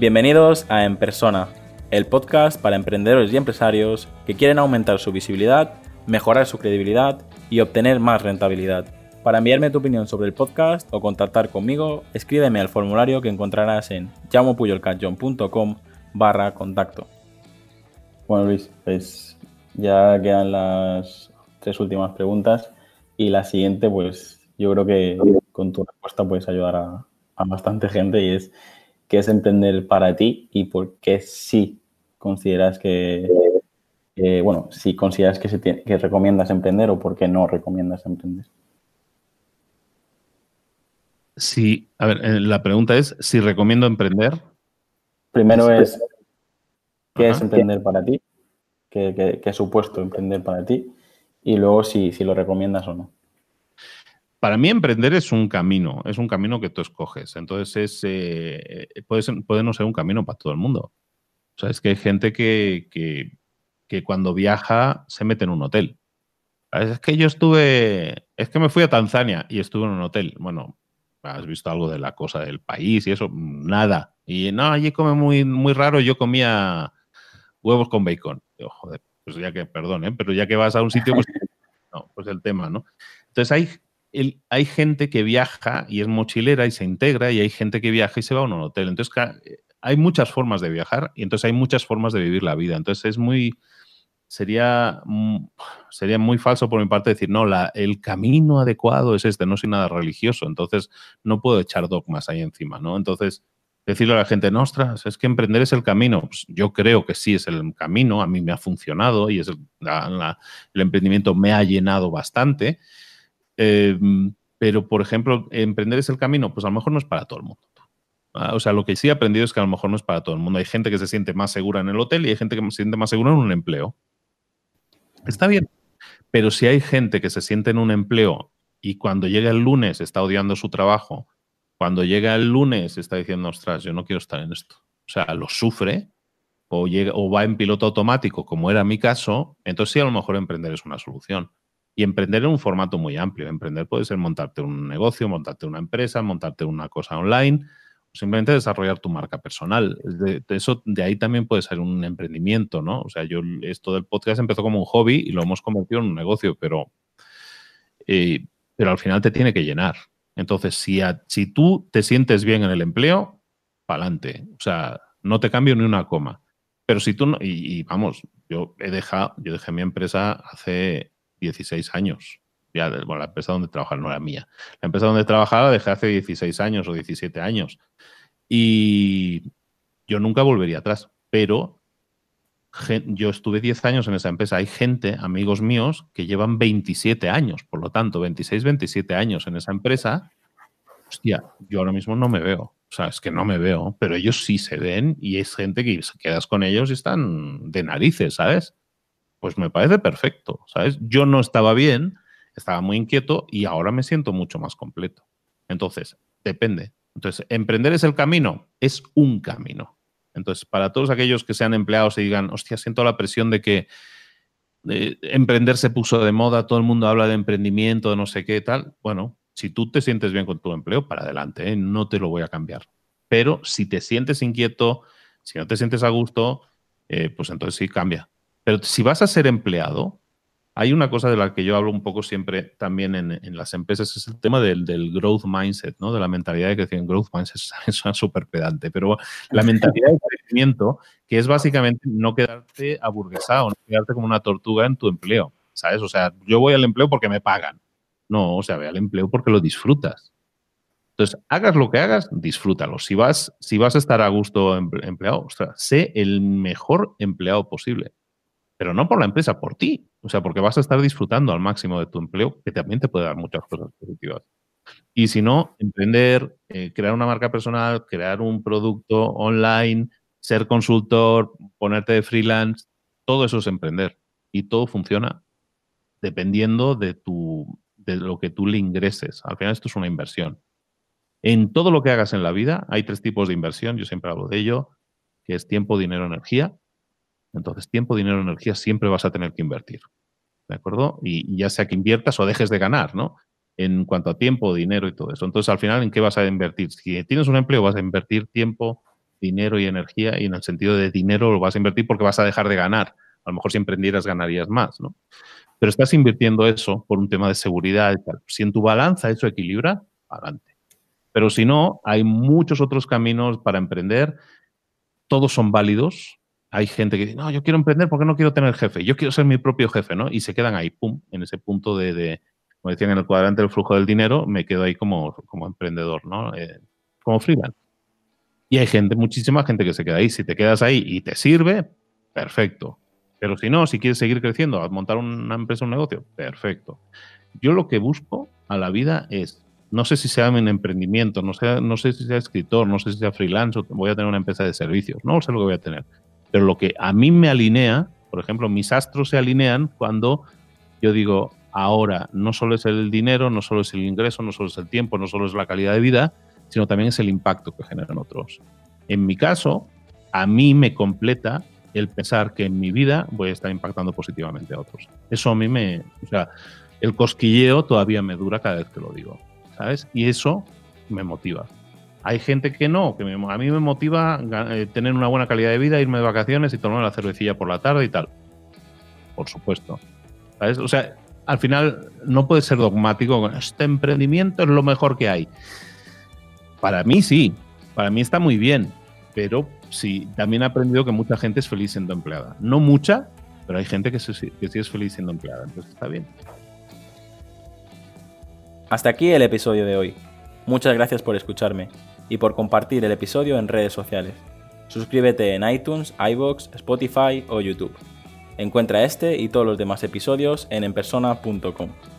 Bienvenidos a En Persona, el podcast para emprendedores y empresarios que quieren aumentar su visibilidad, mejorar su credibilidad y obtener más rentabilidad. Para enviarme tu opinión sobre el podcast o contactar conmigo, escríbeme al formulario que encontrarás en jaumopuyolcanchon.com/contacto. Bueno, Luis, pues ya quedan las 3 últimas preguntas y la siguiente, pues yo creo que con tu respuesta puedes ayudar a bastante gente, y es: ¿qué es emprender para ti y por qué sí consideras si consideras que recomiendas emprender o por qué no recomiendas emprender? Sí, a ver, la pregunta es si recomiendo emprender. Primero es, ¿qué es emprender para ti? ¿Qué ha supuesto emprender para ti? Y luego si lo recomiendas o no. Para mí emprender es un camino que tú escoges. Entonces puede no ser un camino para todo el mundo. O sea, es que hay gente que cuando viaja se mete en un hotel. Es que me fui a Tanzania y estuve en un hotel. Bueno, has visto algo de la cosa del país y eso, nada. Y no, allí come muy, muy raro. Yo comía huevos con bacon. Digo, joder, pues ya que, perdón, pero ya que vas a un sitio, pues no, pues el tema, ¿no? Entonces hay gente que viaja y es mochilera y se integra, y hay gente que viaja y se va a un hotel. Entonces hay muchas formas de viajar y entonces hay muchas formas de vivir la vida. Entonces sería muy falso por mi parte decir, no, el camino adecuado es este. No soy nada religioso, entonces no puedo echar dogmas ahí encima, ¿no? Entonces, decirle a la gente, no, ostras, es que emprender es el camino. Pues yo creo que sí es el camino, a mí me ha funcionado y el emprendimiento me ha llenado bastante. Pero, por ejemplo, emprender es el camino, pues a lo mejor no es para todo el mundo. O sea, lo que sí he aprendido es que a lo mejor no es para todo el mundo. Hay gente que se siente más segura en el hotel y hay gente que se siente más segura en un empleo. Está bien, pero si hay gente que se siente en un empleo y cuando llega el lunes está odiando su trabajo, cuando llega el lunes está diciendo, ostras, yo no quiero estar en esto. O sea, lo sufre o va en piloto automático, como era mi caso, entonces sí, a lo mejor emprender es una solución. Y emprender en un formato muy amplio. Emprender puede ser montarte un negocio, montarte una empresa, montarte una cosa online, o simplemente desarrollar tu marca personal. De ahí también puede ser un emprendimiento, ¿no? O sea, esto del podcast empezó como un hobby y lo hemos convertido en un negocio, pero al final te tiene que llenar. Entonces, si tú te sientes bien en el empleo, pa'lante. O sea, no te cambio ni una coma. Pero si tú no, vamos, yo dejé mi empresa hace 16 años. Ya, bueno, la empresa donde trabajaba no era mía. La empresa donde trabajaba la dejé hace 16 años o 17 años. Y yo nunca volvería atrás. Pero yo estuve 10 años en esa empresa. Hay gente, amigos míos, que llevan 27 años, por lo tanto, 26, 27 años en esa empresa. Hostia, yo ahora mismo no me veo. O sea, es que no me veo, pero ellos sí se ven y es gente que quedas con ellos y están de narices, ¿sabes? Pues me parece perfecto, ¿sabes? Yo no estaba bien, estaba muy inquieto y ahora me siento mucho más completo. Entonces, depende. Entonces, ¿emprender es el camino? Es un camino. Entonces, para todos aquellos que sean empleados y digan, hostia, siento la presión de que emprender se puso de moda, todo el mundo habla de emprendimiento, de no sé qué, tal. Bueno, si tú te sientes bien con tu empleo, para adelante, ¿eh? No te lo voy a cambiar. Pero si te sientes inquieto, si no te sientes a gusto, pues entonces sí, cambia. Pero si vas a ser empleado, hay una cosa de la que yo hablo un poco siempre también en las empresas, es el tema del growth mindset, ¿no? De la mentalidad de crecimiento. Growth mindset es súper pedante, pero la mentalidad de crecimiento, que es básicamente no quedarte aburguesado, no quedarte como una tortuga en tu empleo, ¿sabes? O sea, yo voy al empleo porque me pagan. No, o sea, ve al empleo porque lo disfrutas. Entonces, hagas lo que hagas, disfrútalo. Si vas a estar a gusto empleado, ostras, sé el mejor empleado posible. Pero no por la empresa, por ti. O sea, porque vas a estar disfrutando al máximo de tu empleo, que también te puede dar muchas cosas positivas. Y si no, emprender, crear una marca personal, crear un producto online, ser consultor, ponerte de freelance, todo eso es emprender. Y todo funciona dependiendo de lo que tú le ingreses. Al final esto es una inversión. En todo lo que hagas en la vida hay 3 tipos de inversión, yo siempre hablo de ello, que es tiempo, dinero, energía. Entonces, tiempo, dinero, energía siempre vas a tener que invertir, ¿de acuerdo? Y ya sea que inviertas o dejes de ganar, ¿no? En cuanto a tiempo, dinero y todo eso. Entonces, al final, ¿en qué vas a invertir? Si tienes un empleo, vas a invertir tiempo, dinero y energía, y en el sentido de dinero lo vas a invertir porque vas a dejar de ganar. A lo mejor si emprendieras ganarías más, ¿no? Pero estás invirtiendo eso por un tema de seguridad y tal. Si en tu balanza eso equilibra, adelante. Pero si no, hay muchos otros caminos para emprender. Todos son válidos. Hay gente que dice, no, yo quiero emprender porque no quiero tener jefe. Yo quiero ser mi propio jefe, ¿no? Y se quedan ahí, pum, en ese punto como decían en el cuadrante del flujo del dinero, me quedo ahí como emprendedor, ¿no? Como freelance. Y hay muchísima gente que se queda ahí. Si te quedas ahí y te sirve, perfecto. Pero si no, si quieres seguir creciendo, a montar una empresa, un negocio, perfecto. Yo lo que busco a la vida es, no sé si sea en emprendimiento, no sé si sea escritor, no sé si sea freelance o voy a tener una empresa de servicios, no sé lo que voy a tener. Pero lo que a mí me alinea, por ejemplo, mis astros se alinean cuando yo digo, ahora no solo es el dinero, no solo es el ingreso, no solo es el tiempo, no solo es la calidad de vida, sino también es el impacto que generan otros. En mi caso, a mí me completa el pensar que en mi vida voy a estar impactando positivamente a otros. Eso a mí o sea, el cosquilleo todavía me dura cada vez que lo digo, ¿sabes? Y eso me motiva. Hay gente que no, a mí me motiva tener una buena calidad de vida, irme de vacaciones y tomar la cervecilla por la tarde y tal. Por supuesto. ¿Sabes? O sea, al final no puedes ser dogmático con este emprendimiento es lo mejor que hay. Para mí sí, para mí está muy bien, pero sí, también he aprendido que mucha gente es feliz siendo empleada. No mucha, pero hay gente que sí es feliz siendo empleada, entonces está bien. Hasta aquí el episodio de hoy. Muchas gracias por escucharme y por compartir el episodio en redes sociales. Suscríbete en iTunes, iVoox, Spotify o YouTube. Encuentra este y todos los demás episodios en enpersona.com.